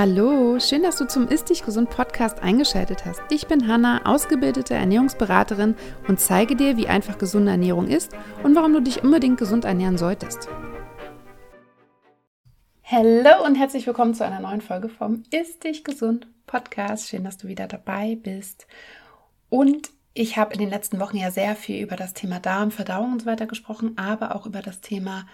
Hallo, schön, dass du zum Ist Dich Gesund Podcast eingeschaltet hast. Ich bin Hanna, ausgebildete Ernährungsberaterin und zeige dir, wie einfach gesunde Ernährung ist und warum du dich unbedingt gesund ernähren solltest. Hallo und herzlich willkommen zu einer neuen Folge vom Ist Dich Gesund Podcast. Schön, dass du wieder dabei bist. Und ich habe in den letzten Wochen ja sehr viel über das Thema Darm, Verdauung und so weiter gesprochen, aber auch über das Thema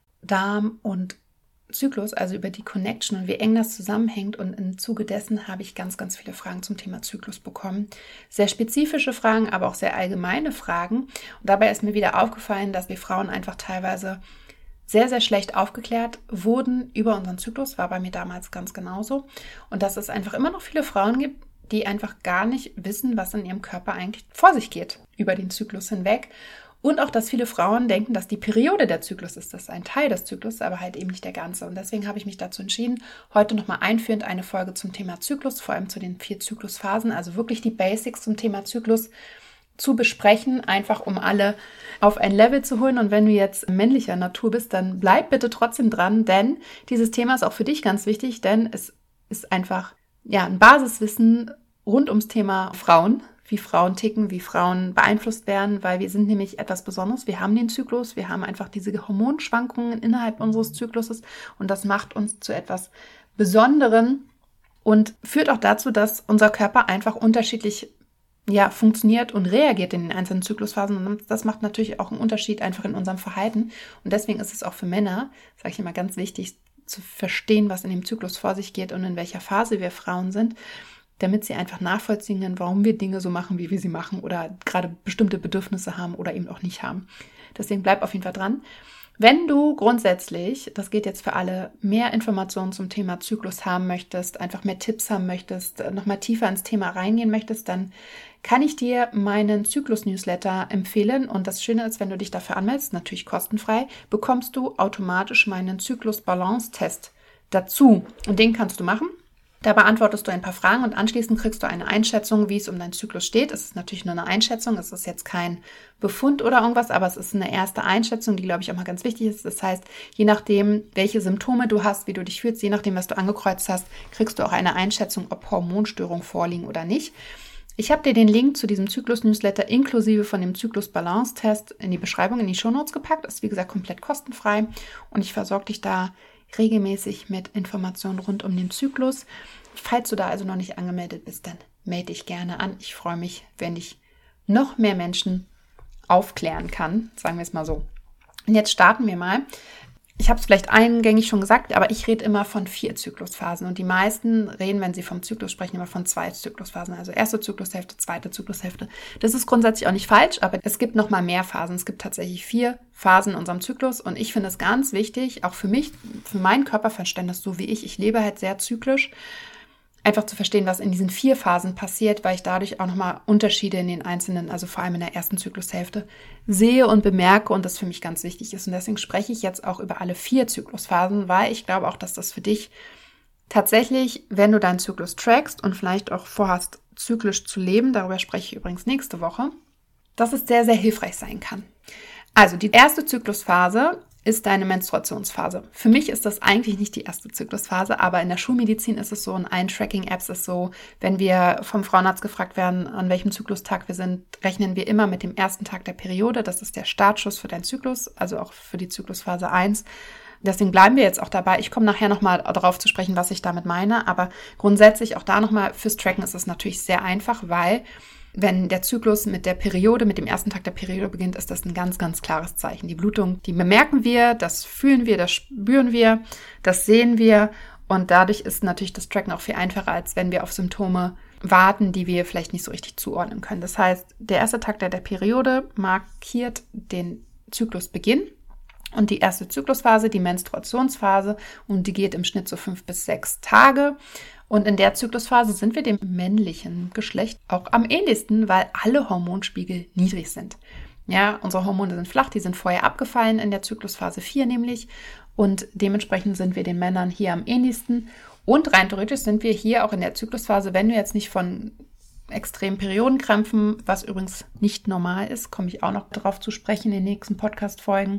Darm und Zyklus, also über die Connection und wie eng das zusammenhängt. Und im Zuge dessen habe ich ganz, ganz viele Fragen zum Thema Zyklus bekommen. Sehr spezifische Fragen, aber auch sehr allgemeine Fragen. Und dabei ist mir wieder aufgefallen, dass wir Frauen einfach teilweise sehr, sehr schlecht aufgeklärt wurden über unseren Zyklus. War bei mir damals ganz genauso. Und dass es einfach immer noch viele Frauen gibt, die einfach gar nicht wissen, was in ihrem Körper eigentlich vor sich geht über den Zyklus hinweg. Und auch, dass viele Frauen denken, dass die Periode der Zyklus ist. Das ist ein Teil des Zyklus, aber halt eben nicht der ganze. Und deswegen habe ich mich dazu entschieden, heute nochmal einführend eine Folge zum Thema Zyklus, vor allem zu den 4 Zyklusphasen, also wirklich die Basics zum Thema Zyklus zu besprechen, einfach um alle auf ein Level zu holen. Und wenn du jetzt männlicher Natur bist, dann bleib bitte trotzdem dran, denn dieses Thema ist auch für dich ganz wichtig, denn es ist einfach ein Basiswissen rund ums Thema Frauen, wie Frauen ticken, wie Frauen beeinflusst werden, weil wir sind nämlich etwas Besonderes. Wir haben den Zyklus, wir haben einfach diese Hormonschwankungen innerhalb unseres Zykluses und das macht uns zu etwas Besonderem und führt auch dazu, dass unser Körper einfach unterschiedlich funktioniert und reagiert in den einzelnen Zyklusphasen und das macht natürlich auch einen Unterschied einfach in unserem Verhalten und deswegen ist es auch für Männer, sage ich immer, ganz wichtig zu verstehen, was in dem Zyklus vor sich geht und in welcher Phase wir Frauen sind, damit sie einfach nachvollziehen können, warum wir Dinge so machen, wie wir sie machen oder gerade bestimmte Bedürfnisse haben oder eben auch nicht haben. Deswegen bleib auf jeden Fall dran. Wenn du grundsätzlich, das geht jetzt für alle, mehr Informationen zum Thema Zyklus haben möchtest, einfach mehr Tipps haben möchtest, nochmal tiefer ins Thema reingehen möchtest, dann kann ich dir meinen Zyklus-Newsletter empfehlen. Und das Schöne ist, wenn du dich dafür anmeldest, natürlich kostenfrei, bekommst du automatisch meinen Zyklus-Balance-Test dazu. Und den kannst du machen. Da beantwortest du ein paar Fragen und anschließend kriegst du eine Einschätzung, wie es um deinen Zyklus steht. Es ist natürlich nur eine Einschätzung, es ist jetzt kein Befund oder irgendwas, aber es ist eine erste Einschätzung, die, glaube ich, auch mal ganz wichtig ist. Das heißt, je nachdem, welche Symptome du hast, wie du dich fühlst, je nachdem, was du angekreuzt hast, kriegst du auch eine Einschätzung, ob Hormonstörungen vorliegen oder nicht. Ich habe dir den Link zu diesem Zyklus-Newsletter inklusive von dem Zyklus-Balance-Test in die Beschreibung, in die Shownotes gepackt. Das ist, wie gesagt, komplett kostenfrei und ich versorge dich da regelmäßig mit Informationen rund um den Zyklus. Falls du da also noch nicht angemeldet bist, dann melde dich gerne an. Ich freue mich, wenn ich noch mehr Menschen aufklären kann, sagen wir es mal so. Und jetzt starten wir mal. Ich habe es vielleicht eingängig schon gesagt, aber ich rede immer von 4 Zyklusphasen und die meisten reden, wenn sie vom Zyklus sprechen, immer von 2 Zyklusphasen, also erste Zyklushälfte, zweite Zyklushälfte. Das ist grundsätzlich auch nicht falsch, aber es gibt noch mal mehr Phasen. Es gibt tatsächlich 4 Phasen in unserem Zyklus und ich finde es ganz wichtig, auch für mich, für mein Körperverständnis, so wie ich lebe halt sehr zyklisch, einfach zu verstehen, was in diesen 4 Phasen passiert, weil ich dadurch auch nochmal Unterschiede in den einzelnen, also vor allem in der ersten Zyklushälfte, sehe und bemerke und das für mich ganz wichtig ist. Und deswegen spreche ich jetzt auch über alle 4 Zyklusphasen, weil ich glaube auch, dass das für dich tatsächlich, wenn du deinen Zyklus trackst und vielleicht auch vorhast, zyklisch zu leben, darüber spreche ich übrigens nächste Woche, dass es sehr, sehr hilfreich sein kann. Also die erste Zyklusphase ist deine Menstruationsphase. Für mich ist das eigentlich nicht die erste Zyklusphase, aber in der Schulmedizin ist es so, in allen Tracking-Apps ist es so, wenn wir vom Frauenarzt gefragt werden, an welchem Zyklustag wir sind, rechnen wir immer mit dem ersten Tag der Periode. Das ist der Startschuss für deinen Zyklus, also auch für die Zyklusphase 1. Deswegen bleiben wir jetzt auch dabei. Ich komme nachher nochmal darauf zu sprechen, was ich damit meine, aber grundsätzlich auch da nochmal fürs Tracken ist es natürlich sehr einfach, weil wenn der Zyklus mit der Periode, mit dem ersten Tag der Periode beginnt, ist das ein ganz, ganz klares Zeichen. Die Blutung, die bemerken wir, das fühlen wir, das spüren wir, das sehen wir und dadurch ist natürlich das Tracken auch viel einfacher, als wenn wir auf Symptome warten, die wir vielleicht nicht so richtig zuordnen können. Das heißt, der erste Tag der Periode markiert den Zyklusbeginn und die erste Zyklusphase, die Menstruationsphase und die geht im Schnitt so 5 bis 6 Tage. Und in der Zyklusphase sind wir dem männlichen Geschlecht auch am ähnlichsten, weil alle Hormonspiegel niedrig sind. Ja, unsere Hormone sind flach, die sind vorher abgefallen in der Zyklusphase 4 nämlich. Und dementsprechend sind wir den Männern hier am ähnlichsten. Und rein theoretisch sind wir hier auch in der Zyklusphase, wenn du jetzt nicht von extremen Periodenkrämpfen, was übrigens nicht normal ist, komme ich auch noch darauf zu sprechen in den nächsten Podcast-Folgen,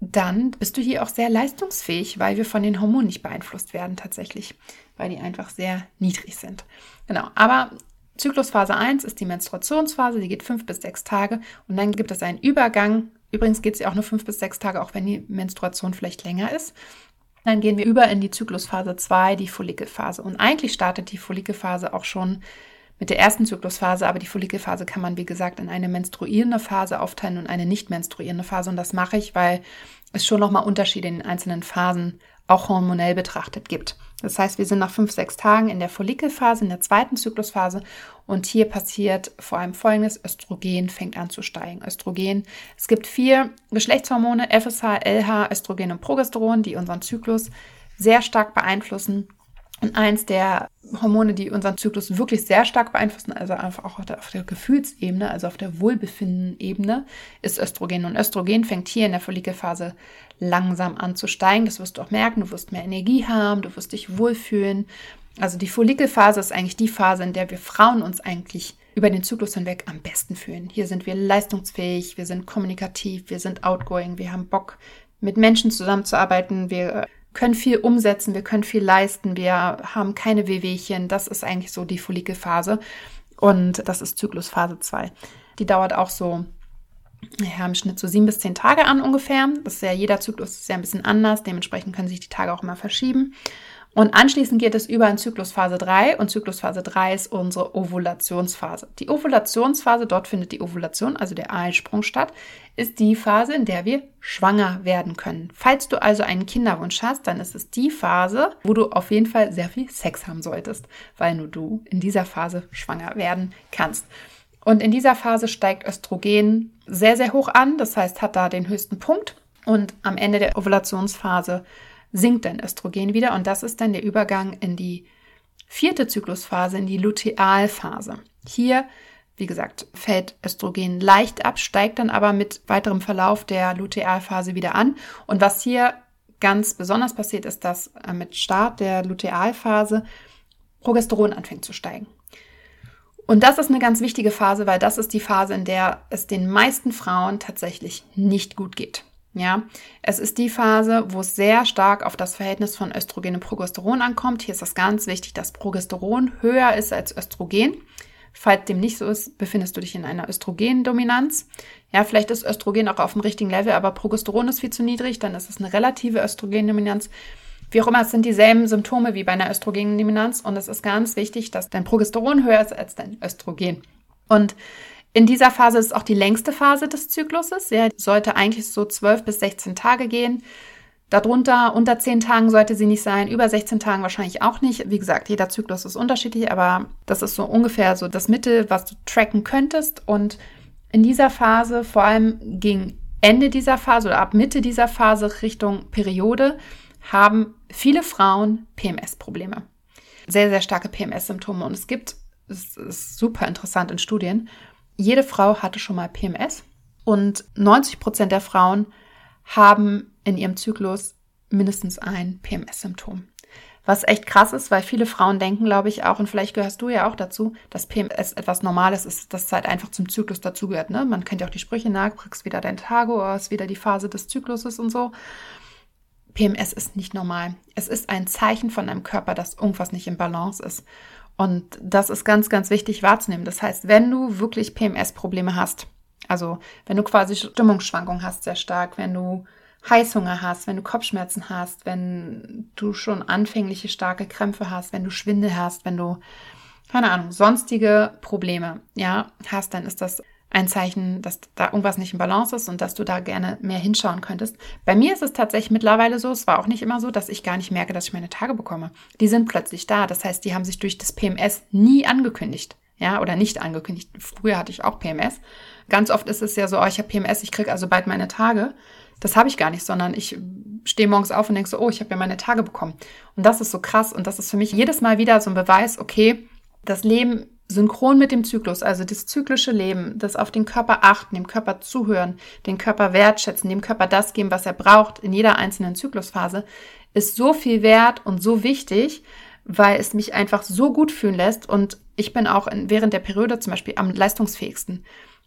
dann bist du hier auch sehr leistungsfähig, weil wir von den Hormonen nicht beeinflusst werden tatsächlich, weil die einfach sehr niedrig sind. Genau, aber Zyklusphase 1 ist die Menstruationsphase, die geht 5 bis 6 Tage und dann gibt es einen Übergang. Übrigens geht sie auch nur 5 bis 6 Tage, auch wenn die Menstruation vielleicht länger ist. Dann gehen wir über in die Zyklusphase 2, die Follikelphase. Und eigentlich startet die Follikelphase auch schon mit der ersten Zyklusphase, aber die Follikelphase kann man, wie gesagt, in eine menstruierende Phase aufteilen und eine nicht menstruierende Phase. Und das mache ich, weil es schon nochmal Unterschiede in den einzelnen Phasen auch hormonell betrachtet gibt. Das heißt, wir sind nach 5, 6 Tagen in der Follikelphase, in der zweiten Zyklusphase und hier passiert vor allem Folgendes: Östrogen fängt an zu steigen. Östrogen, es gibt 4 Geschlechtshormone, FSH, LH, Östrogen und Progesteron, die unseren Zyklus sehr stark beeinflussen. Und eins der Hormone, die unseren Zyklus wirklich sehr stark beeinflussen, also einfach auch auf der Gefühlsebene, also auf der Wohlbefinden-Ebene, ist Östrogen. Und Östrogen fängt hier in der Follikelphase langsam an zu steigen. Das wirst du auch merken. Du wirst mehr Energie haben, du wirst dich wohlfühlen. Also die Follikelphase ist eigentlich die Phase, in der wir Frauen uns eigentlich über den Zyklus hinweg am besten fühlen. Hier sind wir leistungsfähig, wir sind kommunikativ, wir sind outgoing, wir haben Bock, mit Menschen zusammenzuarbeiten, wir können viel umsetzen, wir können viel leisten, wir haben keine Wehwehchen. Das ist eigentlich so die Follikelphase und das ist Zyklusphase 2. Die dauert auch so, im Schnitt so 7 bis 10 Tage an ungefähr. Das ist ja, jeder Zyklus ist ja ein bisschen anders, dementsprechend können sich die Tage auch immer verschieben. Und anschließend geht es über in Zyklusphase 3 und Zyklusphase 3 ist unsere Ovulationsphase. Die Ovulationsphase, dort findet die Ovulation, also der Eisprung statt, ist die Phase, in der wir schwanger werden können. Falls du also einen Kinderwunsch hast, dann ist es die Phase, wo du auf jeden Fall sehr viel Sex haben solltest, weil nur du in dieser Phase schwanger werden kannst. Und in dieser Phase steigt Östrogen sehr, sehr hoch an, das heißt, hat da den höchsten Punkt und am Ende der Ovulationsphase sinkt dann Östrogen wieder und das ist dann der Übergang in die 4. Zyklusphase, in die Lutealphase. Hier, wie gesagt, fällt Östrogen leicht ab, steigt dann aber mit weiterem Verlauf der Lutealphase wieder an. Und was hier ganz besonders passiert, ist, dass mit Start der Lutealphase Progesteron anfängt zu steigen. Und das ist eine ganz wichtige Phase, weil das ist die Phase, in der es den meisten Frauen tatsächlich nicht gut geht. Ja, es ist die Phase, wo es sehr stark auf das Verhältnis von Östrogen und Progesteron ankommt. Hier ist das ganz wichtig, dass Progesteron höher ist als Östrogen. Falls dem nicht so ist, befindest du dich in einer Östrogendominanz. Ja, vielleicht ist Östrogen auch auf dem richtigen Level, aber Progesteron ist viel zu niedrig, dann ist es eine relative Östrogendominanz. Wie auch immer, es sind dieselben Symptome wie bei einer Östrogendominanz und es ist ganz wichtig, dass dein Progesteron höher ist als dein Östrogen. Und in dieser Phase ist auch die längste Phase des Zykluses. Ja, sollte eigentlich so 12 bis 16 Tage gehen. Darunter, unter 10 Tagen sollte sie nicht sein, über 16 Tagen wahrscheinlich auch nicht. Wie gesagt, jeder Zyklus ist unterschiedlich, aber das ist so ungefähr so das Mittel, was du tracken könntest. Und in dieser Phase, vor allem gegen Ende dieser Phase oder ab Mitte dieser Phase Richtung Periode, haben viele Frauen PMS-Probleme. Sehr, sehr starke PMS-Symptome. Und es ist super interessant in Studien, jede Frau hatte schon mal PMS und 90% der Frauen haben in ihrem Zyklus mindestens ein PMS-Symptom. Was echt krass ist, weil viele Frauen denken, glaube ich auch, und vielleicht gehörst du ja auch dazu, dass PMS etwas Normales ist, das halt einfach zum Zyklus dazugehört. Ne? Man kennt ja auch die Sprüche, kriegst wieder dein Tage oder ist wieder die Phase des Zykluses und so. PMS ist nicht normal. Es ist ein Zeichen von deinem Körper, dass irgendwas nicht im Balance ist. Und das ist ganz, ganz wichtig wahrzunehmen. Das heißt, wenn du wirklich PMS-Probleme hast, also wenn du quasi Stimmungsschwankungen hast sehr stark, wenn du Heißhunger hast, wenn du Kopfschmerzen hast, wenn du schon anfängliche starke Krämpfe hast, wenn du Schwindel hast, wenn du, keine Ahnung, sonstige Probleme hast, dann ist das ein Zeichen, dass da irgendwas nicht in Balance ist und dass du da gerne mehr hinschauen könntest. Bei mir ist es tatsächlich mittlerweile so, es war auch nicht immer so, dass ich gar nicht merke, dass ich meine Tage bekomme. Die sind plötzlich da. Das heißt, die haben sich durch das PMS nie angekündigt. Ja, oder nicht angekündigt. Früher hatte ich auch PMS. Ganz oft ist es ja so, ich habe PMS, ich kriege also bald meine Tage. Das habe ich gar nicht, sondern ich stehe morgens auf und denke so, ich habe ja meine Tage bekommen. Und das ist so krass und das ist für mich jedes Mal wieder so ein Beweis, okay, das Leben synchron mit dem Zyklus, also das zyklische Leben, das auf den Körper achten, dem Körper zuhören, den Körper wertschätzen, dem Körper das geben, was er braucht in jeder einzelnen Zyklusphase, ist so viel wert und so wichtig, weil es mich einfach so gut fühlen lässt und ich bin auch während der Periode zum Beispiel am leistungsfähigsten.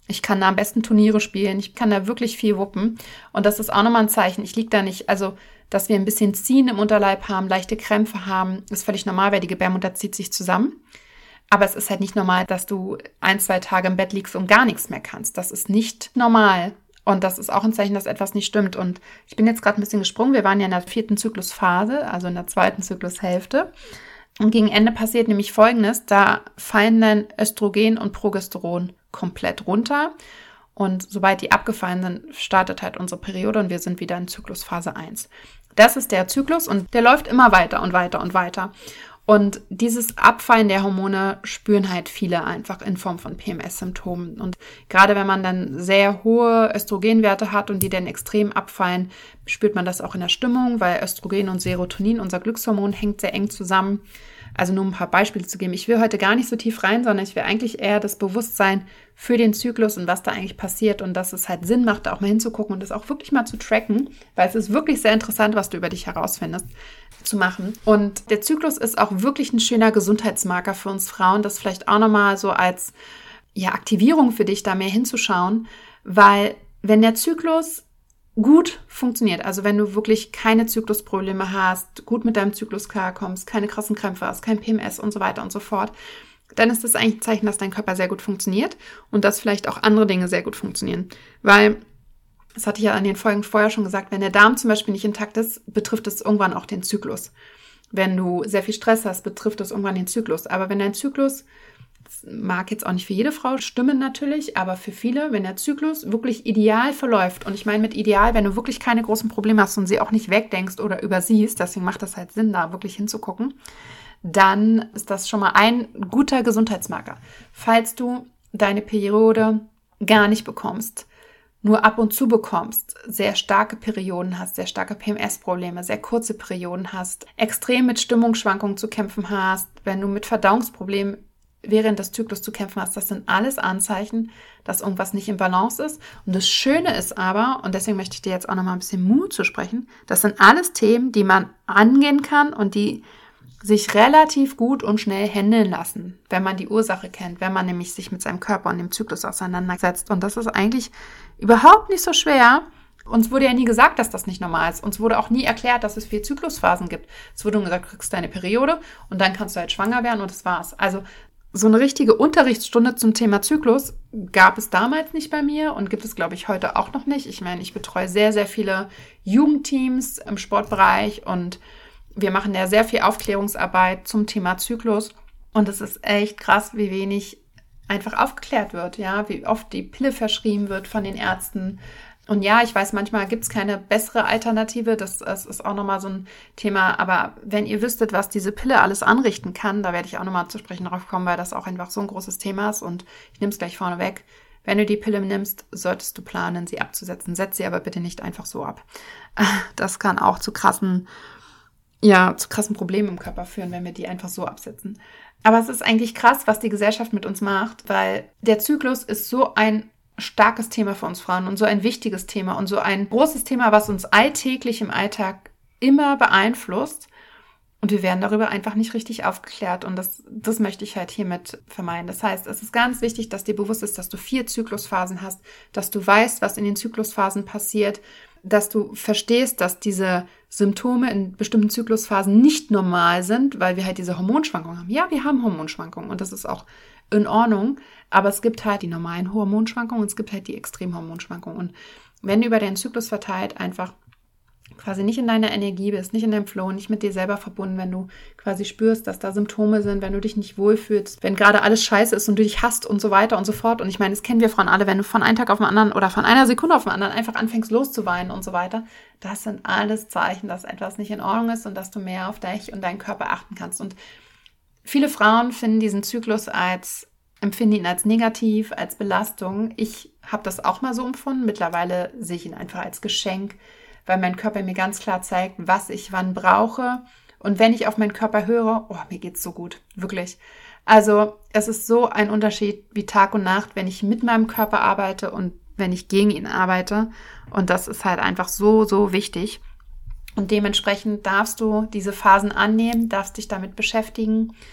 Ich kann da am besten Turniere spielen. Ich kann da wirklich viel wuppen. Und das ist auch nochmal ein Zeichen. Ich liege da nicht, also, dass wir ein bisschen Ziehen im Unterleib haben, leichte Krämpfe haben, ist völlig normal, weil die Gebärmutter zieht sich zusammen. Aber es ist halt nicht normal, dass du 1-2 Tage im Bett liegst und gar nichts mehr kannst. Das ist nicht normal. Und das ist auch ein Zeichen, dass etwas nicht stimmt. Und ich bin jetzt gerade ein bisschen gesprungen. Wir waren ja in der 4. Zyklusphase, also in der 2. Zyklushälfte. Und gegen Ende passiert nämlich Folgendes. Da fallen dann Östrogen und Progesteron komplett runter. Und sobald die abgefallen sind, startet halt unsere Periode und wir sind wieder in Zyklusphase 1. Das ist der Zyklus und der läuft immer weiter und weiter und weiter. Und dieses Abfallen der Hormone spüren halt viele einfach in Form von PMS-Symptomen. Und gerade wenn man dann sehr hohe Östrogenwerte hat und die dann extrem abfallen, spürt man das auch in der Stimmung, weil Östrogen und Serotonin, unser Glückshormon, hängt sehr eng zusammen. Also nur ein paar Beispiele zu geben. Ich will heute gar nicht so tief rein, sondern ich will eigentlich eher das Bewusstsein für den Zyklus und was da eigentlich passiert und dass es halt Sinn macht, da auch mal hinzugucken und das auch wirklich mal zu tracken, weil es ist wirklich sehr interessant, was du über dich herausfindest, zu machen. Und der Zyklus ist auch wirklich ein schöner Gesundheitsmarker für uns Frauen, das vielleicht auch nochmal so als Aktivierung für dich, da mehr hinzuschauen, weil wenn der Zyklus gut funktioniert, also wenn du wirklich keine Zyklusprobleme hast, gut mit deinem Zyklus klarkommst, keine krassen Krämpfe hast, kein PMS und so weiter und so fort, dann ist das eigentlich ein Zeichen, dass dein Körper sehr gut funktioniert und dass vielleicht auch andere Dinge sehr gut funktionieren. Weil, das hatte ich ja an den Folgen vorher schon gesagt, wenn der Darm zum Beispiel nicht intakt ist, betrifft es irgendwann auch den Zyklus. Wenn du sehr viel Stress hast, betrifft es irgendwann den Zyklus. Aber wenn dein Zyklus, das mag jetzt auch nicht für jede Frau stimmen natürlich, aber für viele, wenn der Zyklus wirklich ideal verläuft, und ich meine mit ideal, wenn du wirklich keine großen Probleme hast und sie auch nicht wegdenkst oder übersiehst, deswegen macht das halt Sinn, da wirklich hinzugucken, dann ist das schon mal ein guter Gesundheitsmarker. Falls du deine Periode gar nicht bekommst, nur ab und zu bekommst, sehr starke Perioden hast, sehr starke PMS-Probleme, sehr kurze Perioden hast, extrem mit Stimmungsschwankungen zu kämpfen hast, wenn du mit Verdauungsproblemen während des Zyklus zu kämpfen hast, das sind alles Anzeichen, dass irgendwas nicht in Balance ist. Und das Schöne ist aber, und deswegen möchte ich dir jetzt auch noch mal ein bisschen Mut zu sprechen, das sind alles Themen, die man angehen kann und die sich relativ gut und schnell handeln lassen, wenn man die Ursache kennt, wenn man nämlich sich mit seinem Körper und dem Zyklus auseinandersetzt. Und das ist eigentlich überhaupt nicht so schwer. Uns wurde ja nie gesagt, dass das nicht normal ist. Uns wurde auch nie erklärt, dass es 4 Zyklusphasen gibt. Es wurde nur gesagt, du kriegst deine Periode und dann kannst du halt schwanger werden und das war's. Also so eine richtige Unterrichtsstunde zum Thema Zyklus gab es damals nicht bei mir und gibt es, glaube ich, heute auch noch nicht. Ich meine, ich betreue sehr, sehr viele Jugendteams im Sportbereich und wir machen ja sehr viel Aufklärungsarbeit zum Thema Zyklus und es ist echt krass, wie wenig einfach aufgeklärt wird, ja, wie oft die Pille verschrieben wird von den Ärzten. Und ja, ich weiß, manchmal gibt es keine bessere Alternative, das ist auch nochmal so ein Thema, aber wenn ihr wüsstet, was diese Pille alles anrichten kann, da werde ich auch nochmal zu sprechen drauf kommen, weil das auch einfach so ein großes Thema ist und ich nehme es gleich vorne weg. Wenn du die Pille nimmst, solltest du planen, sie abzusetzen. Setz sie aber bitte nicht einfach so ab. Das kann auch zu krassen Problemen im Körper führen, wenn wir die einfach so absetzen. Aber es ist eigentlich krass, was die Gesellschaft mit uns macht, weil der Zyklus ist so ein starkes Thema für uns Frauen und so ein wichtiges Thema und so ein großes Thema, was uns alltäglich im Alltag immer beeinflusst. Und wir werden darüber einfach nicht richtig aufgeklärt und das möchte ich halt hiermit vermeiden. Das heißt, es ist ganz wichtig, dass dir bewusst ist, dass du 4 Zyklusphasen hast, dass du weißt, was in den Zyklusphasen passiert, dass du verstehst, dass diese Symptome in bestimmten Zyklusphasen nicht normal sind, weil wir halt diese Hormonschwankungen haben. Ja, wir haben Hormonschwankungen und das ist auch in Ordnung, aber es gibt halt die normalen Hormonschwankungen und es gibt halt die Extremhormonschwankungen. Und wenn du über deinen Zyklus verteilt einfach quasi nicht in deiner Energie bist, nicht in deinem Flow, nicht mit dir selber verbunden, wenn du quasi spürst, dass da Symptome sind, wenn du dich nicht wohlfühlst, wenn gerade alles scheiße ist und du dich hasst und so weiter und so fort. Und ich meine, das kennen wir Frauen alle, wenn du von einem Tag auf den anderen oder von einer Sekunde auf den anderen einfach anfängst loszuweinen und so weiter. Das sind alles Zeichen, dass etwas nicht in Ordnung ist und dass du mehr auf dich und deinen Körper achten kannst. Und viele Frauen finden diesen Zyklus empfinden ihn als negativ, als Belastung. Ich habe das auch mal so empfunden. Mittlerweile sehe ich ihn einfach als Geschenk, weil mein Körper mir ganz klar zeigt, was ich wann brauche. Und wenn ich auf meinen Körper höre, mir geht's so gut, wirklich. Also es ist so ein Unterschied wie Tag und Nacht, wenn ich mit meinem Körper arbeite und wenn ich gegen ihn arbeite. Und das ist halt einfach so, so wichtig. Und dementsprechend darfst du diese Phasen annehmen, darfst dich damit beschäftigen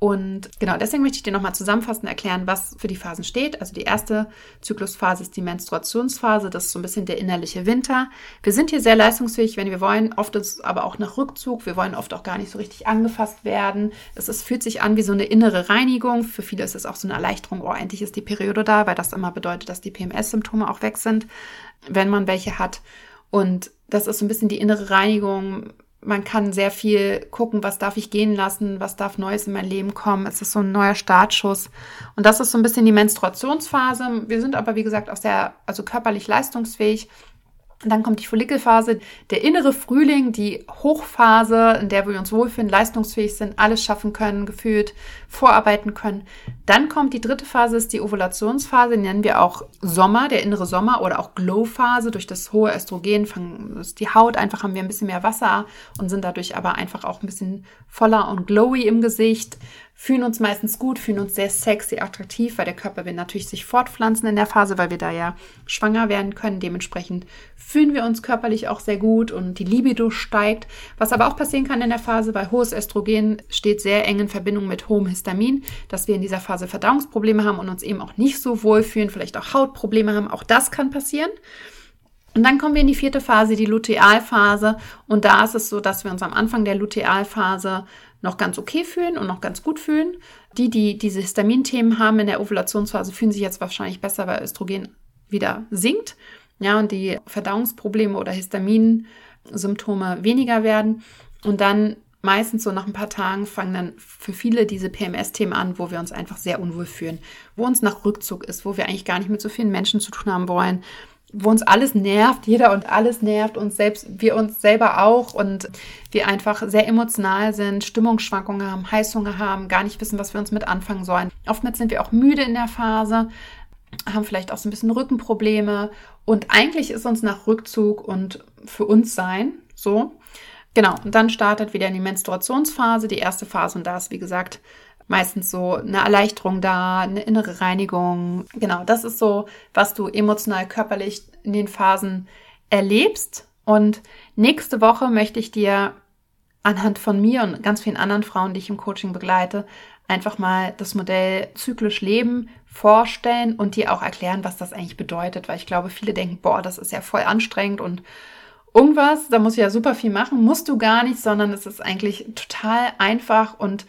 Und genau, deswegen möchte ich dir nochmal zusammenfassend erklären, was für die Phasen steht. Also die erste Zyklusphase ist die Menstruationsphase, das ist so ein bisschen der innerliche Winter. Wir sind hier sehr leistungsfähig, wenn wir wollen, oft ist es aber auch nach Rückzug. Wir wollen oft auch gar nicht so richtig angefasst werden. Fühlt sich an wie so eine innere Reinigung. Für viele ist es auch so eine Erleichterung, oh, endlich ist die Periode da, weil das immer bedeutet, dass die PMS-Symptome auch weg sind, wenn man welche hat. Und das ist so ein bisschen die innere Reinigung. Man kann sehr viel gucken, was darf ich gehen lassen, was darf Neues in mein Leben kommen. Es ist so ein neuer Startschuss. Und das ist so ein bisschen die Menstruationsphase. Wir sind aber, wie gesagt, auch körperlich leistungsfähig. Und dann kommt die Follikelphase, der innere Frühling, die Hochphase, in der wir uns wohlfühlen, leistungsfähig sind, alles schaffen können, gefühlt vorarbeiten können. Dann kommt die dritte Phase, ist die Ovulationsphase, die nennen wir auch Sommer, der innere Sommer oder auch Glow-Phase. Durch das hohe Östrogen ist die Haut einfach, haben wir ein bisschen mehr Wasser und sind dadurch aber einfach auch ein bisschen voller und glowy im Gesicht. Fühlen uns meistens gut, fühlen uns sehr sexy, attraktiv, weil der Körper will natürlich sich fortpflanzen in der Phase, weil wir da ja schwanger werden können. Dementsprechend fühlen wir uns körperlich auch sehr gut und die Libido steigt. Was aber auch passieren kann in der Phase, weil hohes Östrogen steht sehr eng in Verbindung mit hohem Histamin, dass wir in dieser Phase Verdauungsprobleme haben und uns eben auch nicht so wohl fühlen, vielleicht auch Hautprobleme haben. Auch das kann passieren. Und dann kommen wir in die vierte Phase, die Lutealphase. Und da ist es so, dass wir uns am Anfang der Lutealphase noch ganz okay fühlen und noch ganz gut fühlen. Die diese Histaminthemen haben in der Ovulationsphase, fühlen sich jetzt wahrscheinlich besser, weil Östrogen wieder sinkt. Ja, und die Verdauungsprobleme oder Histaminsymptome weniger werden. Und dann meistens so nach ein paar Tagen fangen dann für viele diese PMS-Themen an, wo wir uns einfach sehr unwohl fühlen, wo uns nach Rückzug ist, wo wir eigentlich gar nicht mit so vielen Menschen zu tun haben wollen, wo uns alles nervt, jeder und alles nervt, uns selbst, wir uns selber auch und wir einfach sehr emotional sind, Stimmungsschwankungen haben, Heißhunger haben, gar nicht wissen, was wir uns mit anfangen sollen. Oftmals sind wir auch müde in der Phase, haben vielleicht auch so ein bisschen Rückenprobleme und eigentlich ist uns nach Rückzug und für uns sein so. Genau, und dann startet wieder die Menstruationsphase, die erste Phase und da ist, wie gesagt, meistens so eine Erleichterung da, eine innere Reinigung. Genau, das ist so, was du emotional, körperlich in den Phasen erlebst. Und nächste Woche möchte ich dir anhand von mir und ganz vielen anderen Frauen, die ich im Coaching begleite, einfach mal das Modell zyklisch Leben vorstellen und dir auch erklären, was das eigentlich bedeutet. Weil ich glaube, viele denken, boah, das ist ja voll anstrengend und irgendwas, da muss ich ja super viel machen. Musst du gar nicht, sondern es ist eigentlich total einfach und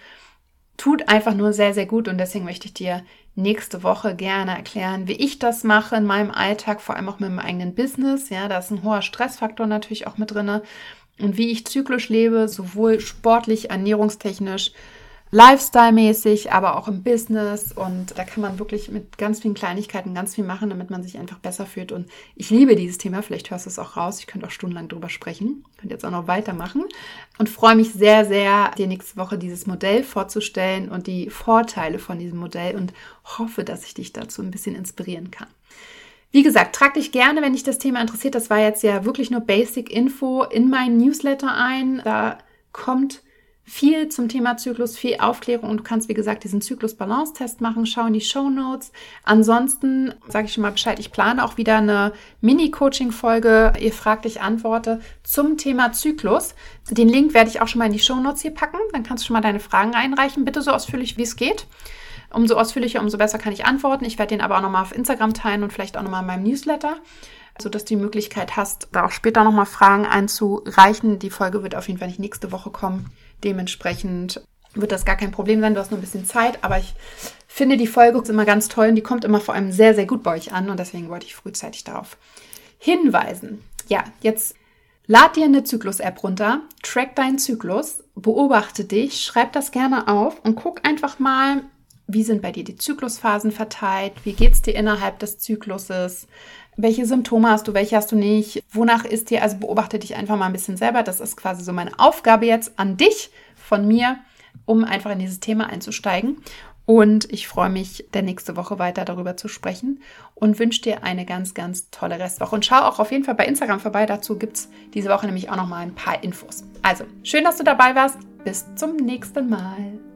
tut einfach nur sehr, sehr gut und deswegen möchte ich dir nächste Woche gerne erklären, wie ich das mache in meinem Alltag, vor allem auch mit meinem eigenen Business. Ja, da ist ein hoher Stressfaktor natürlich auch mit drin und wie ich zyklisch lebe, sowohl sportlich, ernährungstechnisch, Lifestyle-mäßig, aber auch im Business und da kann man wirklich mit ganz vielen Kleinigkeiten ganz viel machen, damit man sich einfach besser fühlt und ich liebe dieses Thema, vielleicht hörst du es auch raus, ich könnte auch stundenlang drüber sprechen, könnte jetzt auch noch weitermachen und freue mich sehr, sehr, dir nächste Woche dieses Modell vorzustellen und die Vorteile von diesem Modell und hoffe, dass ich dich dazu ein bisschen inspirieren kann. Wie gesagt, trag dich gerne, wenn dich das Thema interessiert, das war jetzt ja wirklich nur Basic-Info in meinen Newsletter ein, da kommt viel zum Thema Zyklus, viel Aufklärung und du kannst, wie gesagt, diesen Zyklus-Balance-Test machen, schau in die Shownotes. Ansonsten sage ich schon mal Bescheid, ich plane auch wieder eine Mini-Coaching-Folge, ihr fragt, ich antworte, zum Thema Zyklus. Den Link werde ich auch schon mal in die Shownotes hier packen, dann kannst du schon mal deine Fragen einreichen, bitte so ausführlich, wie es geht. Umso ausführlicher, umso besser kann ich antworten. Ich werde den aber auch nochmal auf Instagram teilen und vielleicht auch nochmal in meinem Newsletter, sodass du die Möglichkeit hast, da auch später nochmal Fragen einzureichen. Die Folge wird auf jeden Fall nicht nächste Woche kommen. Dementsprechend wird das gar kein Problem sein. Du hast noch ein bisschen Zeit, aber ich finde die Folge immer ganz toll und die kommt immer vor allem sehr, sehr gut bei euch an und deswegen wollte ich frühzeitig darauf hinweisen. Ja, jetzt lad dir eine Zyklus-App runter, track deinen Zyklus, beobachte dich, schreib das gerne auf und guck einfach mal, wie sind bei dir die Zyklusphasen verteilt, wie geht es dir innerhalb des Zykluses, welche Symptome hast du, welche hast du nicht, wonach ist dir, also beobachte dich einfach mal ein bisschen selber, das ist quasi so meine Aufgabe jetzt an dich, von mir, um einfach in dieses Thema einzusteigen und ich freue mich, der nächste Woche weiter darüber zu sprechen und wünsche dir eine ganz, ganz tolle Restwoche und schau auch auf jeden Fall bei Instagram vorbei, dazu gibt es diese Woche nämlich auch noch mal ein paar Infos. Also, schön, dass du dabei warst, bis zum nächsten Mal.